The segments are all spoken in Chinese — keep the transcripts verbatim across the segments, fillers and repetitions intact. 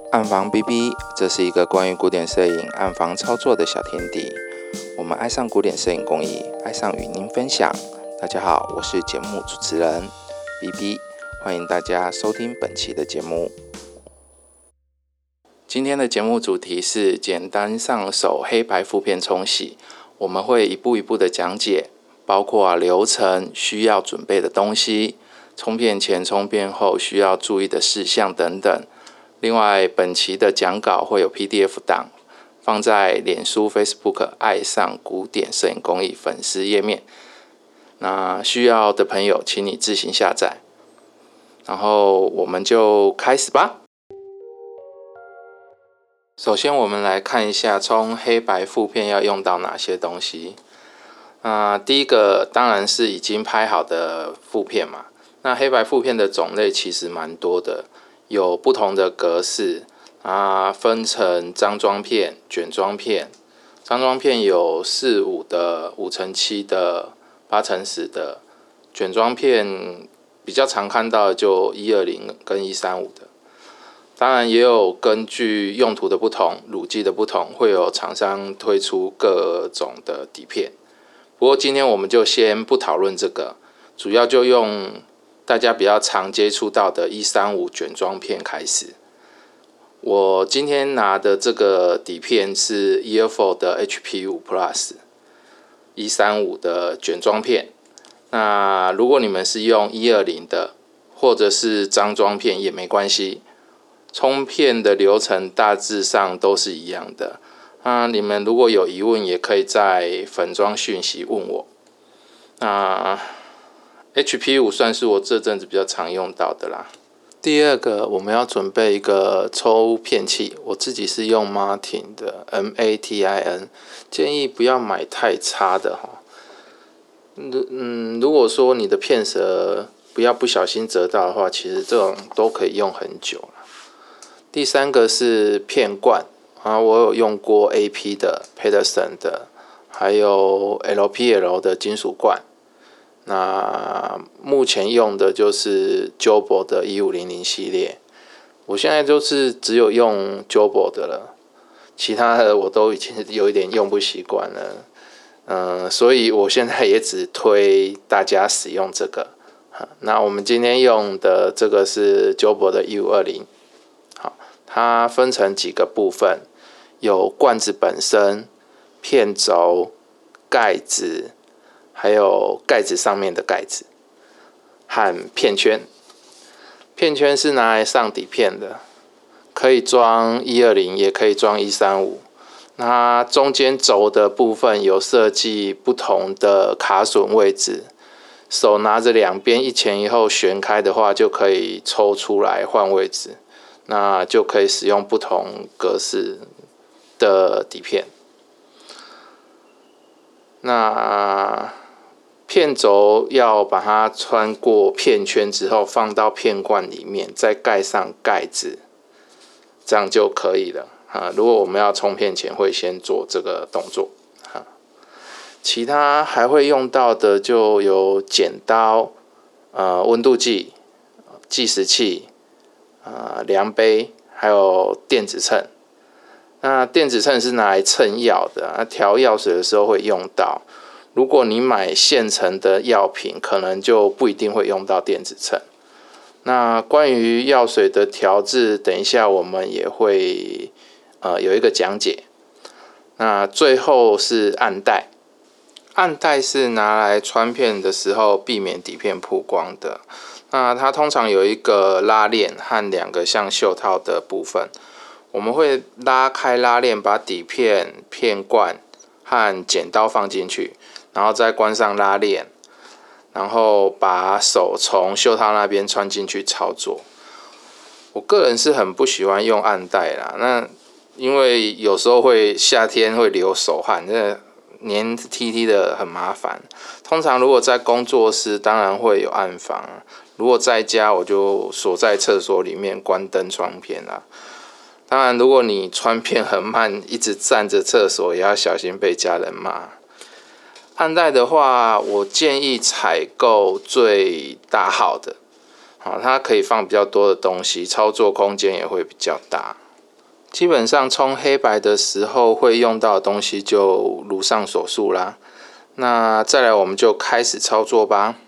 暗房 B B， 这是一个关于古典摄影暗房操作的小天地。我们爱上古典摄影工艺，爱上与您分享。大家好，我是节目主持人 B B， 欢迎大家收听本期的节目。今天的节目主题是简单上手黑白负片冲洗，我们会一步一步的讲解，包括流程、需要准备的东西、冲片前、冲片后需要注意的事项等等。另外，本期的讲稿会有 P D F 档，放在脸书 Facebook 爱上古典摄影工艺粉丝页面。那需要的朋友，请你自行下载。然后我们就开始吧。首先，我们来看一下冲黑白负片要用到哪些东西。那第一个当然是已经拍好的负片嘛。那黑白负片的种类其实蛮多的，有不同的格式啊，分成张装片、卷装片。张装片有四五的、五乘七的、八乘十的。卷装片比较常看到的就一二零跟一三五的。当然也有根据用途的不同、乳剂的不同，会有厂商推出各种的底片。不过今天我们就先不讨论这个，主要就用大家比较常接触到的一三五卷装片开始。我今天拿的这个底片是 Earful 的 H P 五 Plus 一三五的卷装片。那如果你们是用一二零的或者是张装片也没关系，冲片的流程大致上都是一样的。那你们如果有疑问，也可以在粉专讯息问我。那 H P 五 算是我这阵子比较常用到的啦。第二个，我们要准备一个抽片器，我自己是用 Martin 的 M A T I N， 建议不要买太差的哈。嗯，如果说你的片舌不要不小心折到的话，其实这种都可以用很久了。第三个是片罐啊，我有用过 A P 的、Peterson 的，还有 L P L 的金属罐。那目前用的就是 Jobo 的一五零零系列。我现在就是只有用 Jobo 的了，其他的我都已经有一点用不习惯了。嗯，所以我现在也只推大家使用这个。那我们今天用的这个是 Jobo 的一五二零。它分成几个部分，有罐子本身、片轴、盖子，还有盖子上面的盖子和片圈。片圈是拿来上底片的，可以装一二零，也可以装一三五。那中间轴的部分有设计不同的卡榫位置，手拿着两边一前一后旋开的话，就可以抽出来换位置。那就可以使用不同格式的底片。那片轴要把它穿过片圈之后，放到片罐里面，再盖上盖子，这样就可以了。啊，如果我们要冲片前，会先做这个动作。啊，其他还会用到的就有剪刀、呃温度计、计时器。呃，量杯，还有电子秤。那电子秤是拿来称药的，啊，调药水的时候会用到。如果你买现成的药品，可能就不一定会用到电子秤。那关于药水的调制，等一下我们也会呃有一个讲解。那最后是暗袋，暗袋是拿来穿片的时候避免底片曝光的。那它通常有一个拉链和两个像袖套的部分，我们会拉开拉链，把底片、片罐和剪刀放进去，然后再关上拉链，然后把手从袖套那边穿进去操作。我个人是很不喜欢用暗袋啦，那因为有时候会夏天会流手汗，那黏 T T 的很麻烦。通常如果在工作室，当然会有暗房。如果在家，我就锁在厕所里面关灯穿片啦。当然，如果你穿片很慢，一直站着厕所，也要小心被家人骂。暗袋的话，我建议采购最大号的，好，它可以放比较多的东西，操作空间也会比较大。 基本上冲黑白的时候会用到的东西就如上所述啦。那再来我们就开始操作吧。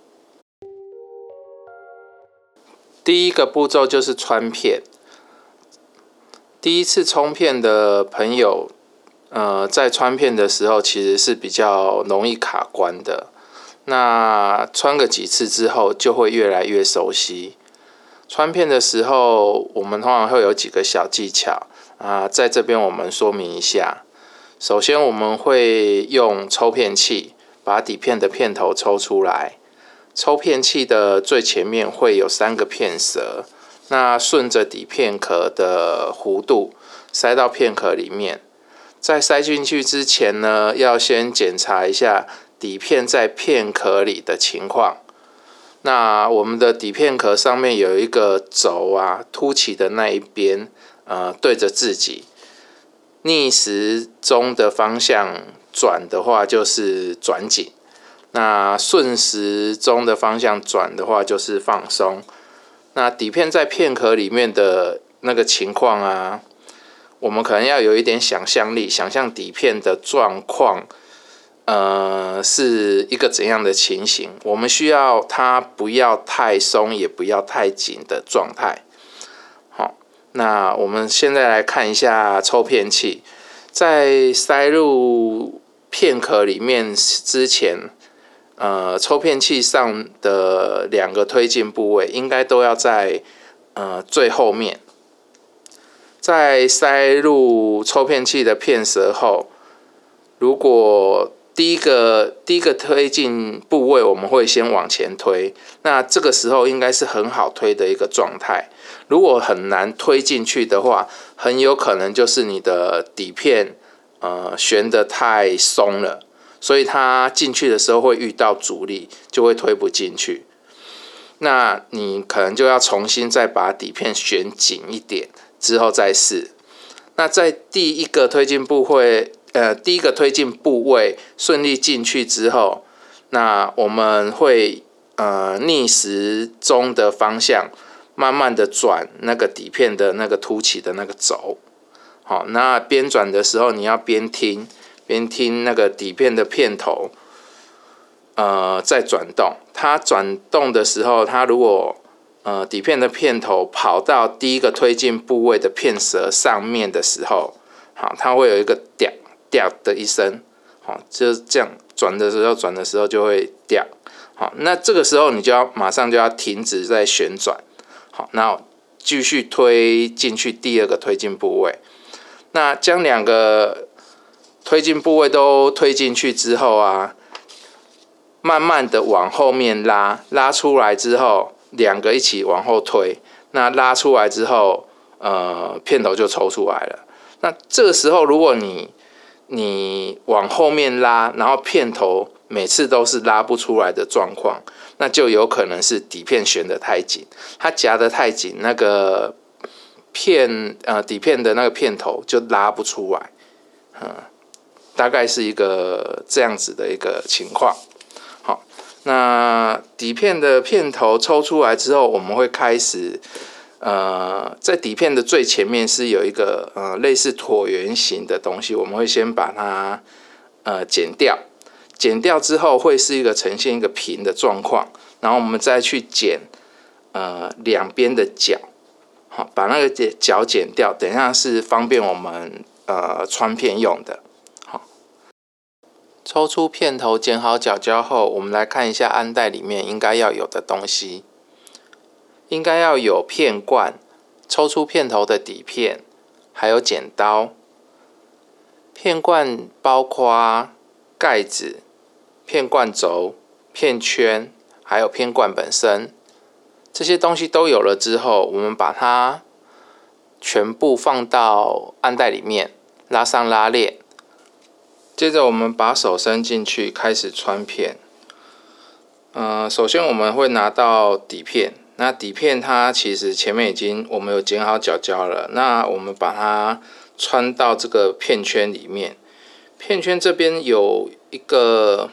第一个步骤就是穿片。第一次冲片的朋友，呃，在穿片的时候其实是比较容易卡关的。那穿个几次之后，就会越来越熟悉。穿片的时候，我们通常会有几个小技巧啊，在这边我们说明一下。首先，我们会用抽片器把底片的片头抽出来。抽片器的最前面会有三个片舌，那顺着底片壳的弧度塞到片壳里面。在塞进去之前呢，要先检查一下底片在片壳里的情况。那我们的底片壳上面有一个轴啊，凸起的那一边，呃，对着自己。逆时钟的方向转的话就是转紧，那顺时钟的方向转的话就是放松。那底片在片壳里面的那个情况啊，我们可能要有一点想象力，想象底片的状况。呃，是一个怎样的情形？我们需要它不要太松，也不要太紧的状态。好，那我们现在来看一下抽片器，在塞入片壳里面之前，呃，抽片器上的两个推进部位应该都要在呃最后面。在塞入抽片器的片舌后，如果第一个第一个推进部位我们会先往前推，那这个时候应该是很好推的一个状态。如果很难推进去的话，很有可能就是你的底片呃旋得太松了，所以它进去的时候会遇到阻力，就会推不进去。那你可能就要重新再把底片旋紧一点，之后再试。那在第一个推进部位。呃，第一个推进部位顺利进去之后，那我们会呃逆时钟的方向，慢慢的转那个底片的那个凸起的那个轴。好，那边转的时候，你要边听边听那个底片的片头，呃，在转动。它转动的时候，它如果呃底片的片头跑到第一个推进部位的片舌上面的时候，好，它会有一个掉。掉的一声，好，就是这样转的时候，转的时候就会掉，好，那这个时候你就要马上就要停止再旋转，好，那继续推进去第二个推进部位，那将两个推进部位都推进去之后啊，慢慢的往后面拉，拉出来之后，两个一起往后推，那拉出来之后，呃，片头就抽出来了。那这个时候，如果你你往后面拉，然后片头每次都是拉不出来的状况，那就有可能是底片旋得太紧，它夹得太紧，那个片呃底片的那个片头就拉不出来，嗯，大概是一个这样子的一个情况。好，那底片的片头抽出来之后，我们会开始。呃，在底片的最前面是有一个呃类似椭圆形的东西，我们会先把它呃剪掉，剪掉之后会是一个呈现一个平的状况，然后我们再去剪呃两边的角，好，把那个角剪掉，等一下是方便我们呃穿片用的。好，抽出片头剪好角胶后，我们来看一下安带里面应该要有的东西。应该要有片冠，抽出片头的底片，还有剪刀。片冠包括盖子、片冠轴、片圈，还有片冠本身。这些东西都有了之后，我们把它全部放到安带里面，拉上拉链。接着我们把手伸进去，开始穿片。呃，首先我们会拿到底片。那底片它其实前面已经我们有剪好角胶了，那我们把它穿到这个片圈里面。片圈这边有一个，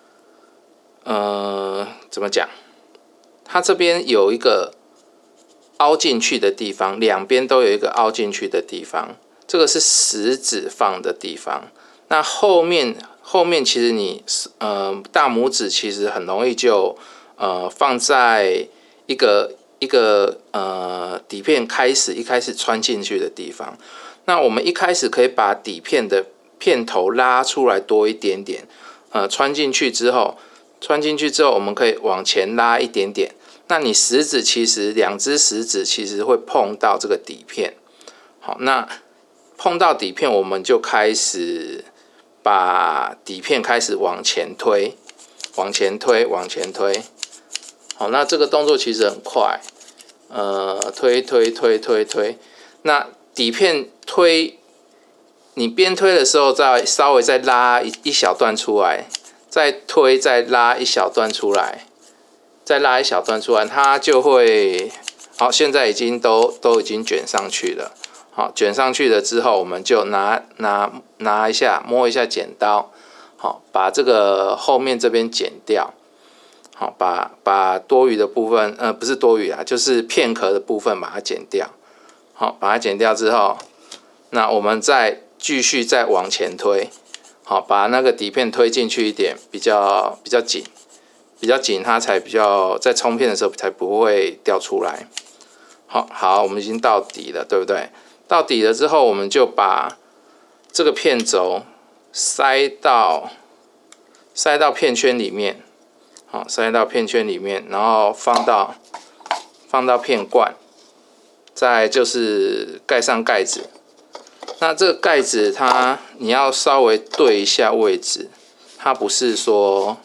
呃，怎么讲？它这边有一个凹进去的地方，两边都有一个凹进去的地方，这个是食指放的地方。那后面后面其实你呃大拇指其实很容易就呃放在一个一个呃底片开始一开始穿进去的地方。那我们一开始可以把底片的片头拉出来多一点点，呃穿进去之后，穿进去之后我们可以往前拉一点点。那你食指其实两只食指其实会碰到这个底片，好，那碰到底片我们就开始把底片开始往前推，往前推，往前推。好，那这个动作其实很快，呃，推推推推推。那底片推，你边推的时候再稍微再拉一一小段出来，再推再拉一小段出来。再拉一小段出来，它就会好。现在已经都都已经卷上去了。好，卷上去了之后，我们就拿拿拿一下，摸一下剪刀，好，把这个后面这边剪掉。好，把把多余的部分，呃，不是多余啊，就是片壳的部分把它剪掉。好，把它剪掉之后，那我们再继续再往前推。好，把那个底片推进去一点，比较比较紧。比较紧，它才比较在冲片的时候才不会掉出来。好，好，我们已经到底了，对不对？到底了之后，我们就把这个片轴塞到塞到片圈里面，好，塞到片圈里面，然后放到放到片罐，再就是盖上盖子。那这个盖子它你要稍微对一下位置，它不是说。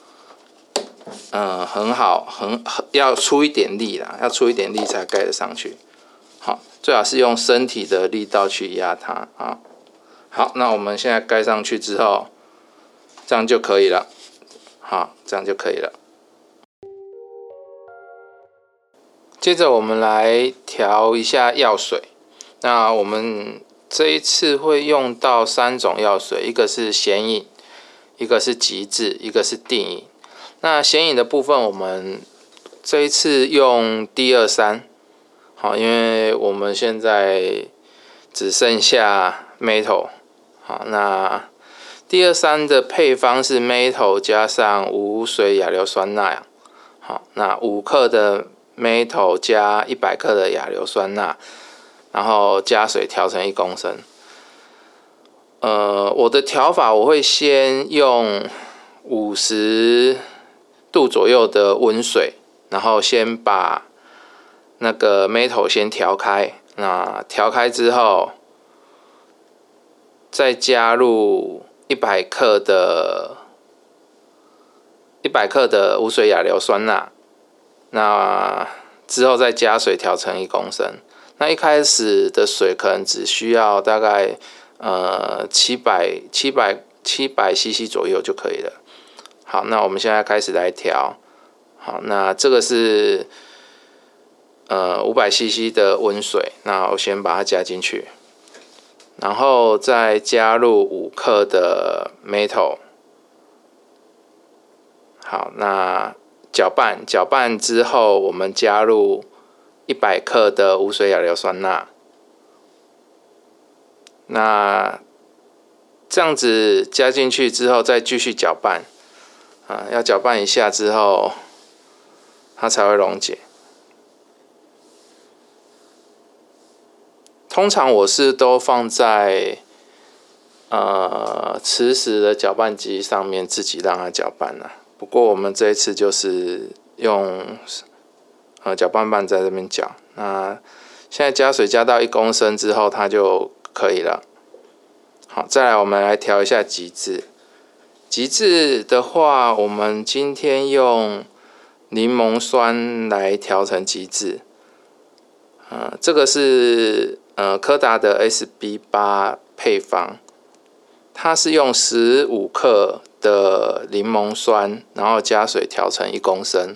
嗯，很好，很要出一点力啦，要出一点力才盖得上去。好，最好是用身体的力道去压它啊。好，那我们现在盖上去之后，这样就可以了。好，这样就可以了。接着我们来调一下药水。那我们这一次会用到三种药水，一个是显影，一个是极致，一个是定影。那显影的部分，我们这一次用 D 二十三， 好，因为我们现在只剩下 Metal， 好，那 D 二十三 的配方是 Metal 加上无水亚硫酸钠，好，那五克的 Metal 加一百克的亚硫酸钠，然后加水调成一公升。呃，我的调法我会先用五十度左右的温水，然后先把那个 metal 先调开。那调开之后，再加入一百克的一百克的无水亚硫酸钠。那之后再加水调成一公升。那一开始的水可能只需要大概呃七百七百七百 C C 左右就可以了。好，那我们现在开始来调。好，那这个是呃五百 C C 的温水，那我先把它加进去，然后再加入五克的 metal。好，那搅拌，搅拌之后，我们加入一百克的无水亚硫酸钠。那这样子加进去之后，再继续搅拌。啊，要搅拌一下之后，它才会溶解。通常我是都放在呃磁石的搅拌机上面自己让它搅拌啦。不过我们这一次就是用呃搅拌棒在这边搅。那现在加水加到一公升之后，它就可以了。好，再来我们来调一下极致。极致的话，我们今天用柠檬酸来调成极致。呃，这个是呃柯达的 S B 八 配方，它是用十五克的柠檬酸，然后加水调成一公升，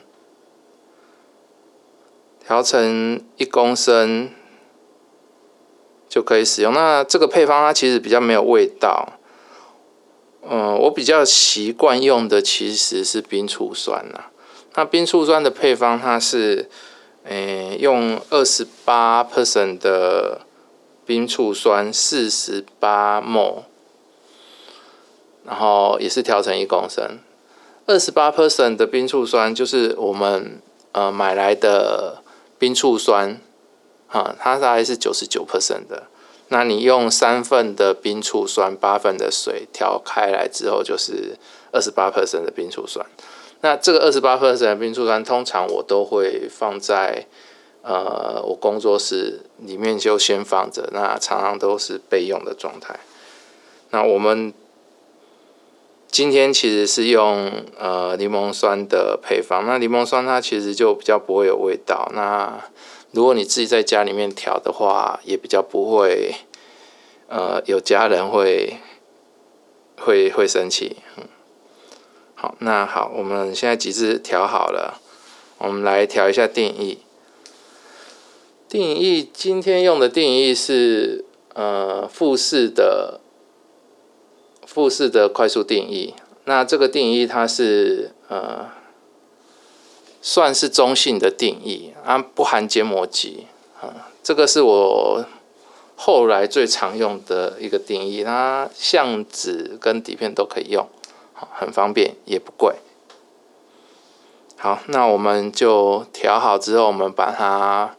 调成一公升就可以使用。那这个配方它其实比较没有味道。嗯，我比较习惯用的其实是冰醋酸啦。那冰醋酸的配方它是诶，用 百分之二十八 的冰醋酸 四十八 摩尔，然后也是调成一公升。二十八 的冰醋酸就是我们呃买来的冰醋酸，啊，它大概是 百分之九十九 的。那你用三份的冰醋酸，八份的水调开来之后，就是 百分之二十八 的冰醋酸。那这个 百分之二十八 的冰醋酸，通常我都会放在呃我工作室里面就先放着，那常常都是备用的状态。那我们今天其实是用呃柠檬酸的配方，那柠檬酸它其实就比较不会有味道。那如果你自己在家里面调的话，也比较不会呃有家人会会会生气。嗯，好，那好，我们现在几支调好了，我们来调一下定义。定义今天用的定义是呃富士的。富士的快速定义，那这个定义它是呃算是中性的定义啊，不含芥末基啊，这个是我后来最常用的一个定义，它相纸跟底片都可以用，很方便也不贵。好，那我们就调好之后，我们把它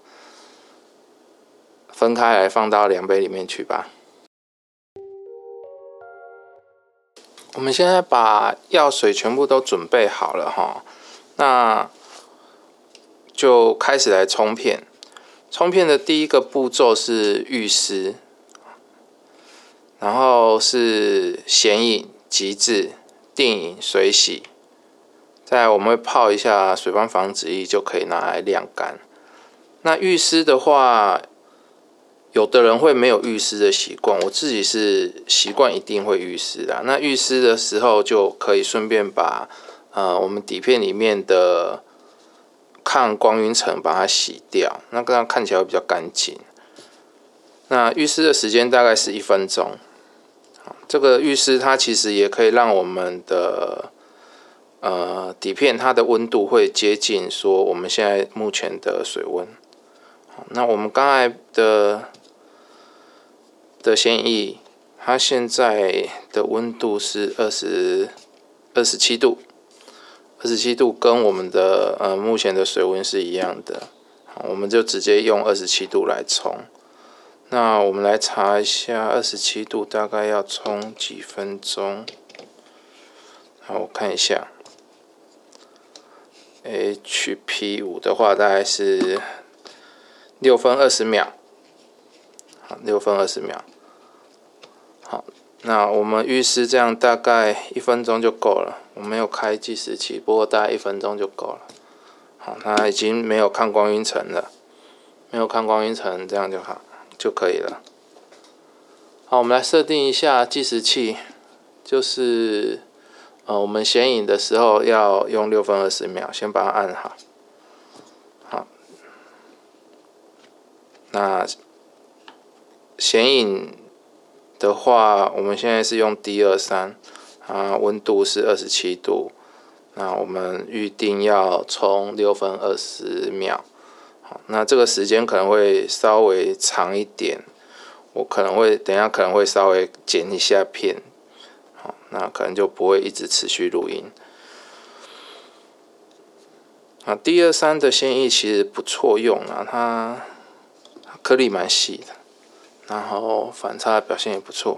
分开来放到量杯里面去吧。我们现在把药水全部都准备好了哈，那就开始来冲片。冲片的第一个步骤是预湿，然后是显影、极致、定影、水洗。再来我们会泡一下水光防止液，就可以拿来晾干。那预湿的话，有的人会没有预湿的习惯，我自己是习惯一定会预湿的。那预湿的时候就可以顺便把呃我们底片里面的抗光晕层把它洗掉，那这样看起来会比较干净。那预湿的时间大概是一分钟。这个预湿它其实也可以让我们的呃底片它的温度会接近说我们现在目前的水温。那我们刚才的的显影液，它现在的温度是二十二十七度，二十七度跟我们的呃目前的水温是一样的，我们就直接用二十七度来冲。那我们来查一下，二十七度大概要冲几分钟？好，我看一下 ，H P 五 的话大概是六分二十秒，好，六分二十秒。好，那我们预湿这样大概一分钟就够了。我没有开计时器，不过大概一分钟就够了。好，它已经没有抗光晕层了，没有抗光晕层，这样就好就可以了。好，我们来设定一下计时器，就是呃我们显影的时候要用六分二十秒，先把它按好。好，那显影的话，我们现在是用 D 二十三，啊，温度是二十七度。那我们预定要冲六分二十秒。好，那这个时间可能会稍微长一点，我可能会等一下可能会稍微剪一下片，好，那可能就不会一直持续录音。啊 ，D 二十三 的显影液其实不错用啊，它颗粒蛮细的。然后反差表现也不错。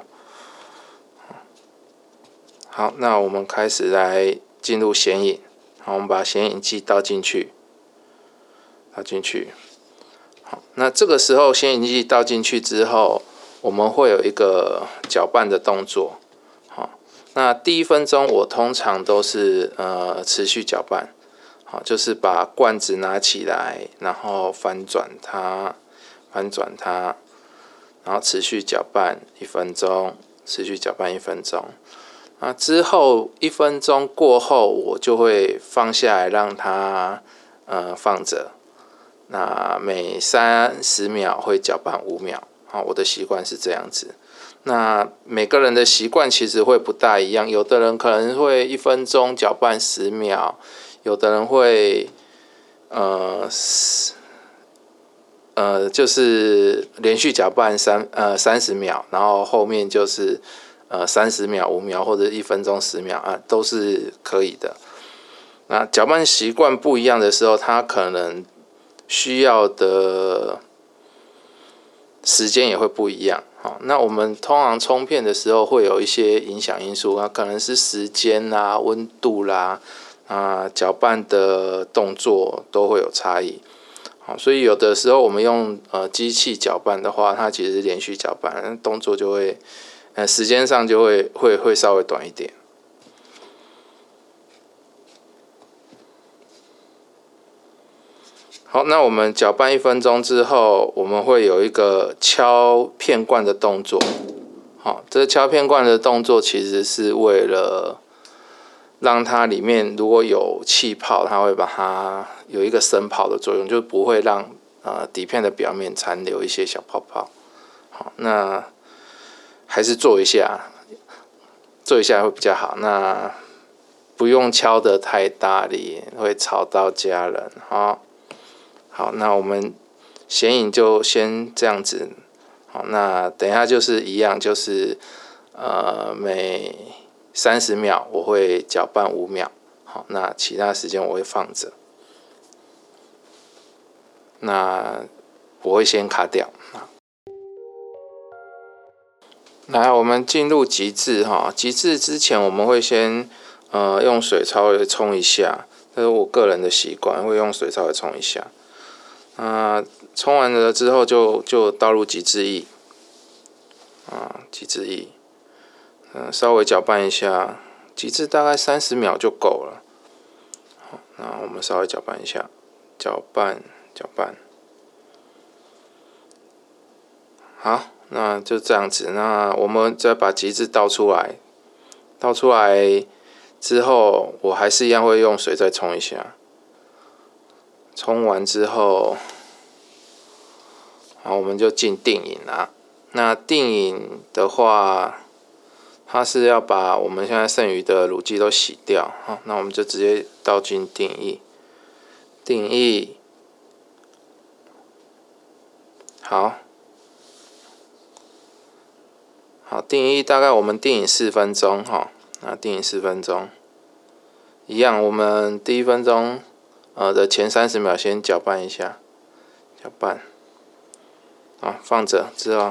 好，那我们开始来进入显影。好，我们把显影剂倒进去，倒进去。好，那这个时候显影剂倒进去之后，我们会有一个搅拌的动作。好，那第一分钟我通常都是呃持续搅拌。好，就是把罐子拿起来，然后翻转它，翻转它。然后持续搅拌一分钟，持续搅拌一分钟。那之后一分钟过后，我就会放下来让它呃放着。那每三十秒会搅拌五秒。好，我的习惯是这样子。那每个人的习惯其实会不大一样，有的人可能会一分钟搅拌十秒，有的人会呃呃就是连续搅拌三呃三十秒，然后后面就是呃三十秒、五秒或者一分钟、十秒啊，都是可以的。那搅拌习惯不一样的时候，它可能需要的时间也会不一样。好，那我们通常冲片的时候会有一些影响因素啊，可能是时间啦、温度啦、啊搅拌的动作都会有差异。好，所以有的时候我们用呃机器搅拌的话，它其实是连续搅拌，动作就会呃时间上就会会会稍微短一点。好，那我们搅拌一分钟之后，我们会有一个敲片罐的动作。好，这个敲片罐的动作其实是为了让它里面如果有气泡，它会把它有一个升泡的作用，就不会让呃底片的表面残留一些小泡泡。好，那还是做一下，做一下会比较好。那不用敲得太大力，会吵到家人。好。好，那我们显影就先这样子。好，那等一下就是一样，就是呃每三十秒我会搅拌五秒。好，那其他时间我会放着。那我会先卡掉。来，我们进入极致哈。极致之前我们会先呃用水稍微冲一下，这是我个人的习惯，会用水稍微冲一下。啊，冲完了之后就就倒入极致液，啊，极致液，嗯，稍微搅拌一下，极致大概三十秒就够了。好，那我们稍微搅拌一下，搅拌搅拌，好，那就这样子。那我们再把极致倒出来，倒出来之后，我还是一样会用水再冲一下。冲完之后，好，我们就进定影啦。那定影的话，它是要把我们现在剩余的乳基都洗掉。好，那我们就直接倒进定液。定液，好，好，定液大概我们定影四分钟哈。那定影四分钟，一样，我们第一分钟。呃的前三十秒先搅拌一下，搅拌，啊，放着之后，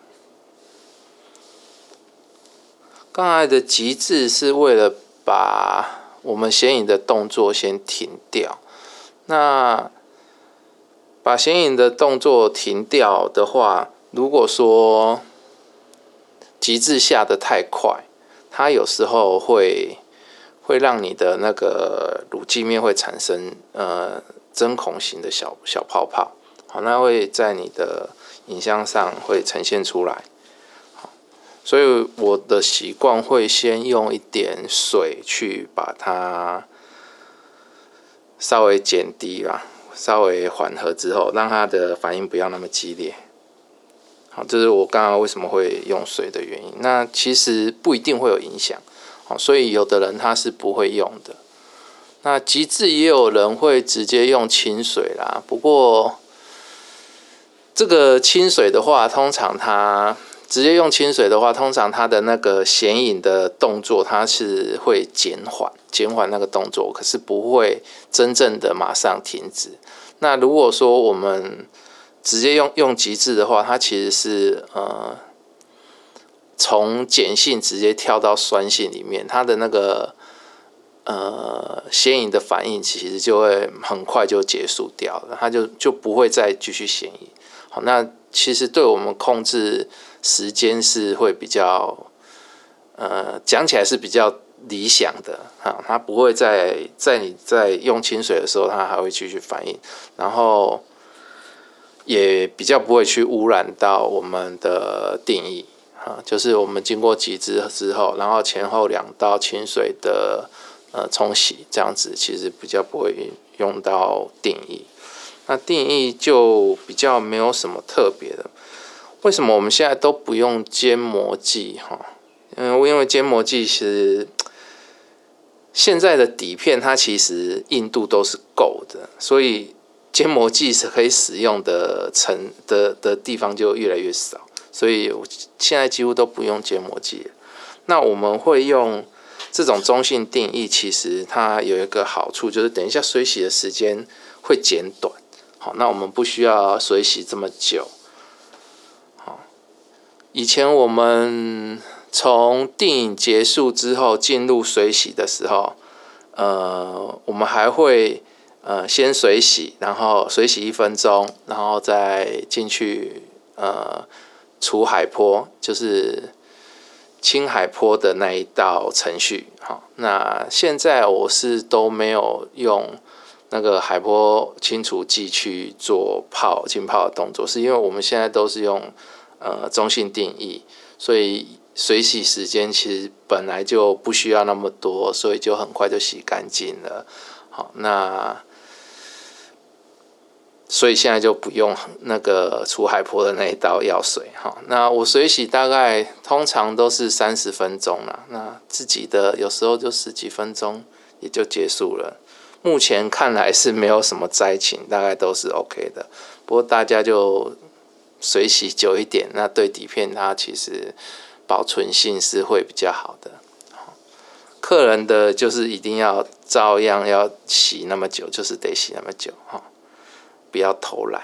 刚才的极致是为了把我们显影的动作先停掉。那把显影的动作停掉的话，如果说极致下得太快，它有时候会。会让你的那个乳基面会产生呃针孔型的小小泡泡，好，那会在你的影像上会呈现出来。好，所以我的习惯会先用一点水去把它稍微减低吧，稍微缓和之后，让它的反应不要那么激烈。好，这是我刚刚为什么会用水的原因。那其实不一定会有影响。所以有的人他是不会用的。那极致也有人会直接用清水啦，不过这个清水的话，通常它直接用清水的话，通常它的那个显影的动作它是会减缓，减缓那个动作，可是不会真正的马上停止。那如果说我们直接用用极致的话，它其实是呃。从碱性直接跳到酸性里面，它的那个呃显影的反应其实就会很快就结束掉了，它就就不会再继续显影。好，那其实对我们控制时间是会比较呃讲起来是比较理想的哈，它不会在在你在用清水的时候，它还会继续反应，然后也比较不会去污染到我们的定义。啊，就是我们经过极致之后，然后前后两道清水的呃冲洗，这样子其实比较不会用到定液。那定液就比较没有什么特别的。为什么我们现在都不用尖膜剂哈？嗯，因为尖膜剂其实现在的底片它其实硬度都是够的，所以研磨剂是可以使用的层的的地方就越来越少，所以我现在几乎都不用研磨剂了。那我们会用这种中性定义，其实它有一个好处，就是等一下水洗的时间会减短。好，那我们不需要水洗这么久。好，以前我们从定影结束之后进入水洗的时候，呃，我们还会呃先水洗，然后水洗一分钟，然后再进去呃除海波，就是清海波的那一道程序。好，那现在我是都没有用那个海波清除剂去做泡浸泡的动作，是因为我们现在都是用呃中性定义，所以水洗时间其实本来就不需要那么多，所以就很快就洗干净了。好，那所以现在就不用那个除海波的那一道药水。好，那我水洗大概通常都是三十分钟啦，那自己的有时候就十几分钟也就结束了。目前看来是没有什么灾情，大概都是 OK 的。不过大家就水洗久一点，那对底片它其实保存性是会比较好的。客人的就是一定要照样要洗那么久，就是得洗那么久，不要偷懒。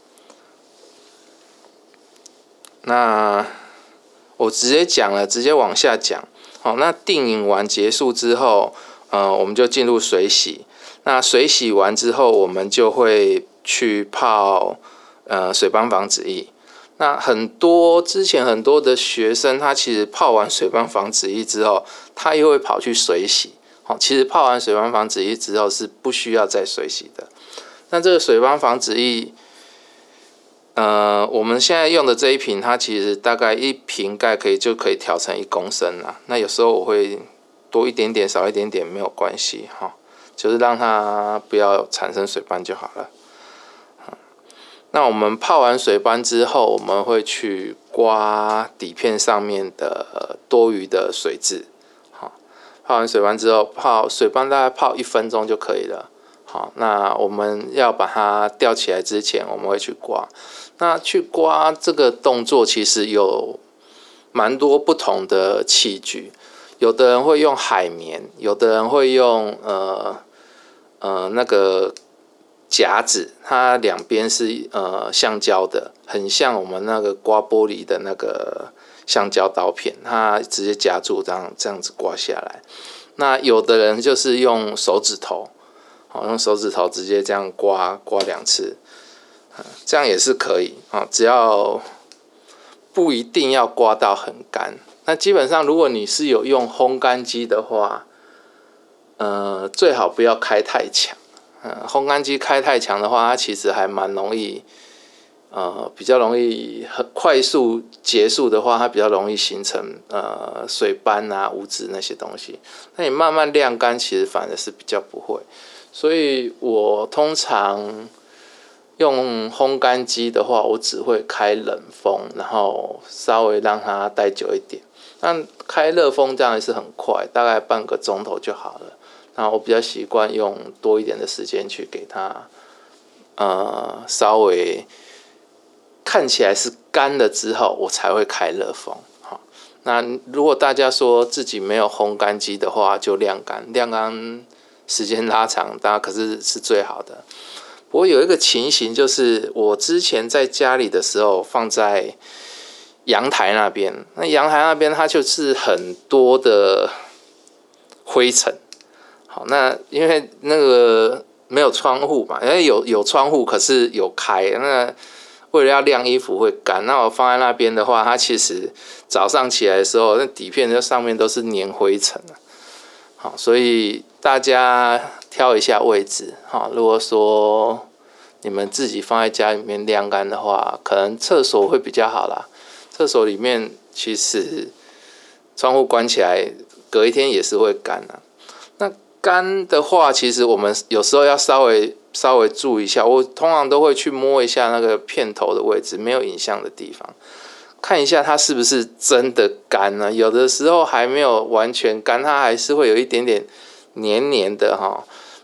那我直接讲了，直接往下讲。好，那定影完结束之后，呃，我们就进入水洗。那水洗完之后，我们就会去泡呃水邦防止液。那很多之前很多的学生，他其实泡完水邦防止液之后，他又会跑去水洗。好，其实泡完水邦防止液之后是不需要再水洗的。那这个水邦防止液，呃，我们现在用的这一瓶，它其实大概一瓶盖可以就可以调成一公升啦。那有时候我会多一点点，少一点点没有关系哈，就是让它不要产生水斑就好了。那我们泡完水斑之后，我们会去刮底片上面的多余的水渍。好，泡完水斑之后，泡水斑大概泡一分钟就可以了。好，那我们要把它吊起来之前，我们会去刮。那去刮这个动作其实有蛮多不同的器具，有的人会用海绵，有的人会用呃呃那个夹子，它两边是呃橡胶的，很像我们那个刮玻璃的那个橡胶刀片，它直接夹住这样这样子刮下来。那有的人就是用手指头。好，用手指头直接这样刮刮两次，这样也是可以啊，只要不一定要刮到很干。那基本上，如果你是有用烘干机的话，呃，最好不要开太强。呃，烘干机开太强的话，它其实还蛮容易，呃，比较容易很快速结束的话，它比较容易形成呃水斑啊、污渍那些东西。那你慢慢晾干，其实反而是比较不会。所以我通常用烘干机的话，我只会开冷风，然后稍微让它待久一点。那开热风这样也是很快，大概半个钟头就好了。那我比较习惯用多一点的时间去给它，呃，稍微看起来是干了之后，我才会开热风。好，那如果大家说自己没有烘干机的话，就晾干，晾干。时间拉长，当然可是是最好的。不过有一个情形，就是我之前在家里的时候放在阳台那边，那阳台那边它就是很多的灰尘。好，那因为那个没有窗户嘛，因为有有窗户，可是有开，那为了要晾衣服会干，那我放在那边的话，它其实早上起来的时候，那底片那上面都是粘灰尘。好，所以大家挑一下位置。好，如果说你们自己放在家里面晾干的话，可能厕所会比较好啦。厕所里面其实窗户关起来，隔一天也是会干啊。那干的话，其实我们有时候要稍微稍微注意一下。我通常都会去摸一下那个片头的位置，没有影像的地方。看一下它是不是真的干呢？有的时候还没有完全干，它还是会有一点点黏黏的哈。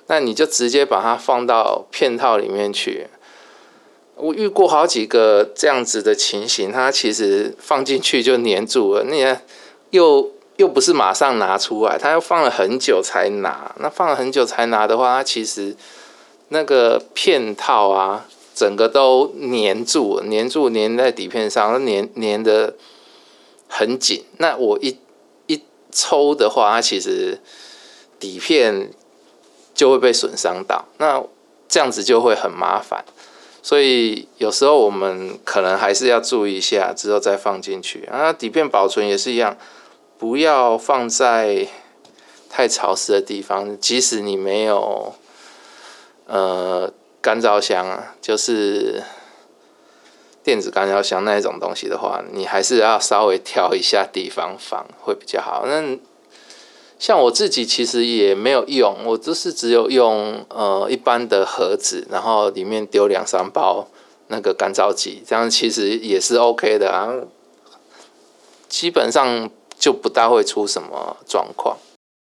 那你就直接把它放到片套里面去。我遇过好几个这样子的情形，它其实放进去就黏住了，那又又不是马上拿出来，它又放了很久才拿。那放了很久才拿的话，它其实那个片套啊，整个都黏住了，黏住黏在底片上，黏黏的很紧。那我一一抽的话，它其实底片就会被损伤到，那这样子就会很麻烦。所以有时候我们可能还是要注意一下，之后再放进去。啊，底片保存也是一样，不要放在太潮湿的地方。即使你没有呃干燥箱啊，就是电子干燥箱那一种东西的话，你还是要稍微挑一下地方放会比较好。那像我自己其实也没有用，我就是只有用呃一般的盒子，然后里面丢两三包那个干燥剂，这样其实也是 OK 的啊，基本上就不大会出什么状况。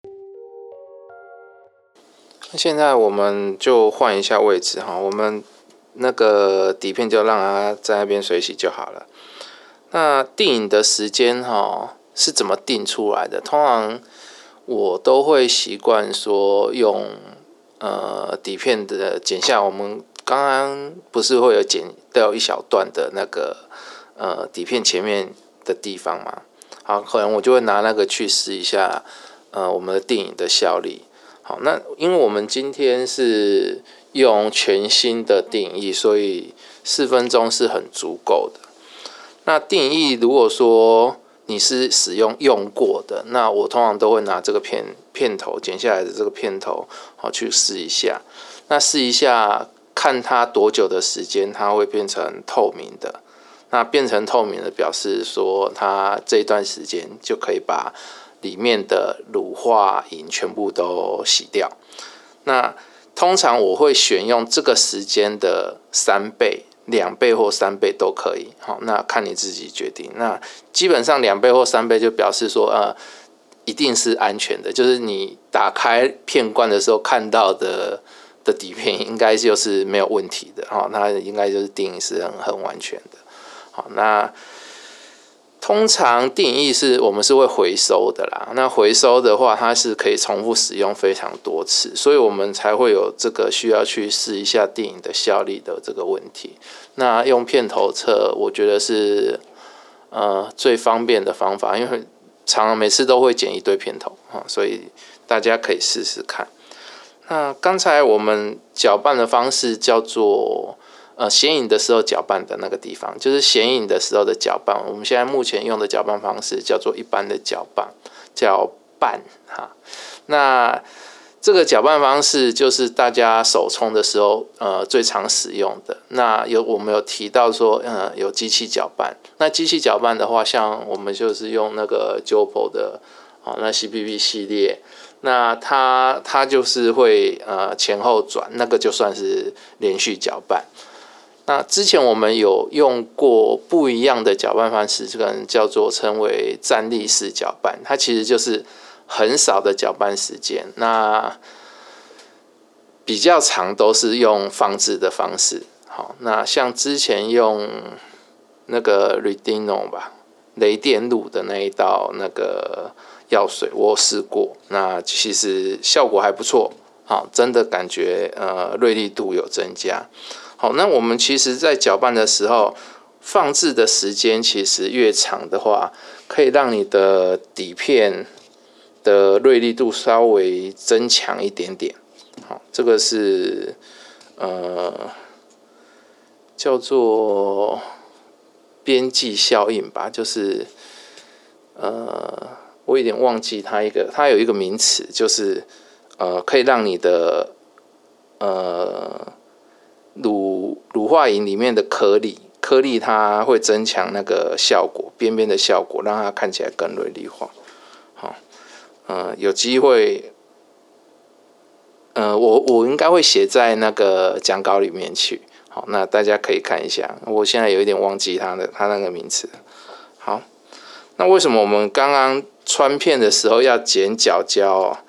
现在我们就换一下位置哈，我们那个底片就让它在那边水洗就好了。那定影的时间哈是怎么定出来的？通常我都会习惯说用呃底片的剪下，我们刚刚不是会有剪掉一小段的那个呃底片前面的地方嘛？好，可能我就会拿那个去试一下呃我们的定影的效力。好，那因为我们今天是用全新的定影液，所以四分钟是很足够的。那定影液如果说你是使用用过的，那我通常都会拿这个片片头剪下来的这个片头，好去试一下。那试一下，看它多久的时间，它会变成透明的。那变成透明的，表示说它这一段时间就可以把里面的乳化银全部都洗掉。那通常我会选用这个时间的三倍。两倍或三倍都可以，好，那看你自己决定。那基本上两倍或三倍就表示说，呃，一定是安全的，就是你打开片罐的时候看到的的底片，应该就是没有问题的，哈，那应该就是定影是很很完全的。好，那通常定影液是我们是会回收的啦，那回收的话，它是可以重复使用非常多次，所以我们才会有这个需要去试一下定影的效力的这个问题。那用片头测，我觉得是呃最方便的方法，因为常常每次都会剪一堆片头啊，所以大家可以试试看。那刚才我们搅拌的方式叫做呃显影的时候搅拌的那个地方，就是显影的时候的搅拌。我们现在目前用的搅拌方式叫做一般的搅拌，叫拌哈。那这个搅拌方式就是大家手冲的时候，呃，最常使用的。那有我们有提到说，呃，有机器搅拌。那机器搅拌的话，像我们就是用那个 J O P O 的，哦，那 C P P 系列，那它它就是会呃前后转，那个就算是连续搅拌。那之前我们有用过不一样的搅拌方式，这个叫做称为站立式搅拌，它其实就是很少的搅拌时间，那比较长都是用放置的方式。好，那像之前用那个 Redino 吧，雷电乳的那一道那个药水，我有试过，那其实效果还不错，好，真的感觉呃锐利度有增加。好，那我们其实在搅拌的时候，放置的时间其实越长的话，可以让你的底片的锐利度稍微增强一点点。好，这个是呃叫做边际效应吧，就是呃我有点忘记它一个，它有一个名词，就是呃可以让你的呃乳乳化银里面的颗粒颗粒它会增强那个效果，边边的效果，让它看起来更锐利化。好，呃，有机会，呃，我我应该会写在那个讲稿里面去。好，那大家可以看一下。我现在有一点忘记它的它那个名词。好，那为什么我们刚刚穿片的时候要剪角胶？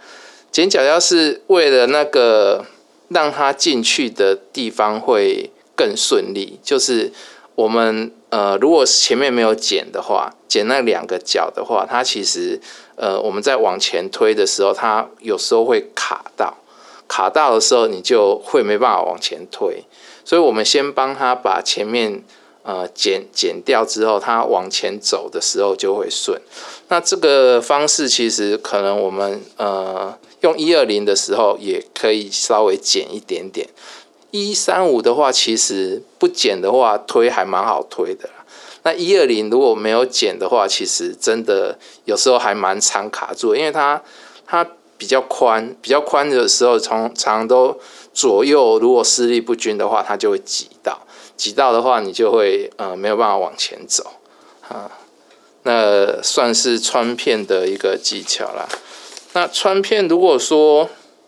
剪脚胶是为了那个让它进去的地方会更顺利，就是我们呃如果前面没有剪的话，剪那两个角的话，它其实呃我们在往前推的时候，它有时候会卡到，卡到的时候你就会没办法往前推，所以我们先帮它把前面呃剪剪掉之后，它往前走的时候就会顺。那这个方式其实可能我们呃用一二零的时候也可以稍微剪一点点，一三五的话其实不剪的话推还蛮好推的啦。那一二零如果没有剪的话，其实真的有时候还蛮常卡住的，因为它它比较宽，比较宽的时候常常都左右如果施力不均的话，它就会挤到，挤到的话你就会呃没有办法往前走啊。那算是穿片的一个技巧啦。那穿片如果说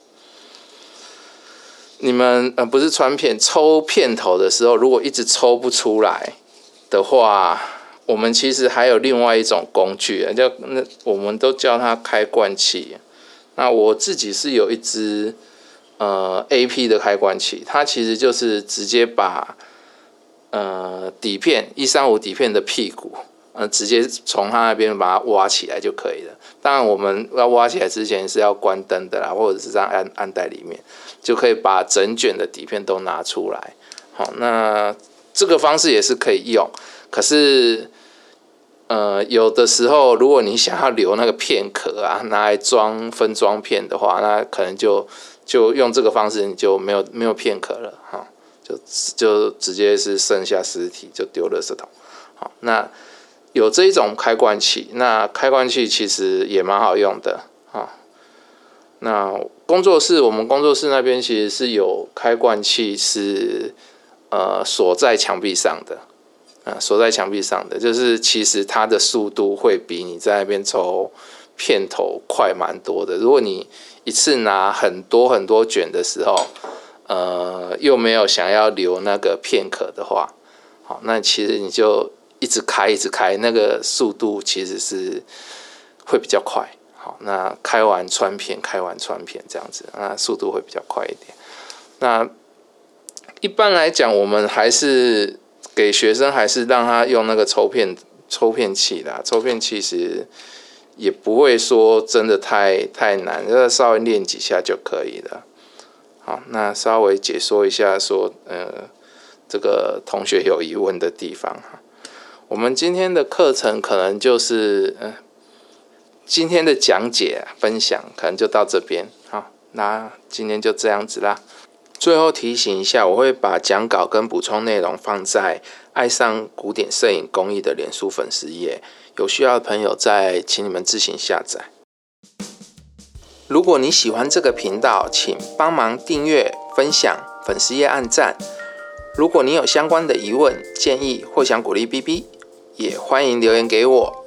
你们呃不是穿片，抽片头的时候，如果一直抽不出来的话，我们其实还有另外一种工具，叫那我们都叫它开罐器。那我自己是有一支呃 A P 的开罐器，它其实就是直接把呃底片一三五底片的屁股。呃，直接从它那边把它挖起来就可以了。当然，我们要挖起来之前是要关灯的啦，或者是在暗暗袋里面，就可以把整卷的底片都拿出来。好，那这个方式也是可以用。可是，呃，有的时候如果你想要留那个片壳啊，拿来装分装片的话，那可能就就用这个方式，你就没有没有片壳了，哈，就就直接是剩下实体就丢垃圾桶。好，那有这一种开罐器，那开罐器其实也蛮好用的啊。那工作室，我们工作室那边其实是有开罐器是呃锁在墙壁上的，啊锁在墙壁上的，就是其实它的速度会比你在那边抽片头快蛮多的。如果你一次拿很多很多卷的时候，呃又没有想要留那个片壳的话，好，那其实你就一直开一直开，那个速度其实是会比较快。好，那开完穿片，开完穿片这样子，那速度会比较快一点。那一般来讲，我们还是给学生还是让他用那个抽片抽片器啦。抽片器其实也不会说真的太太难，就稍微练几下就可以了。好，那稍微解说一下说，呃，这个同学有疑问的地方哈。我们今天的课程可能就是，呃，今天的讲解分享可能就到这边。好，那今天就这样子啦。最后提醒一下，我会把讲稿跟补充内容放在爱上古典摄影工艺的脸书粉丝页，有需要的朋友再请你们自行下载。如果你喜欢这个频道，请帮忙订阅、分享、粉丝页按赞。如果你有相关的疑问、建议或想鼓励 B B，也欢迎留言给我。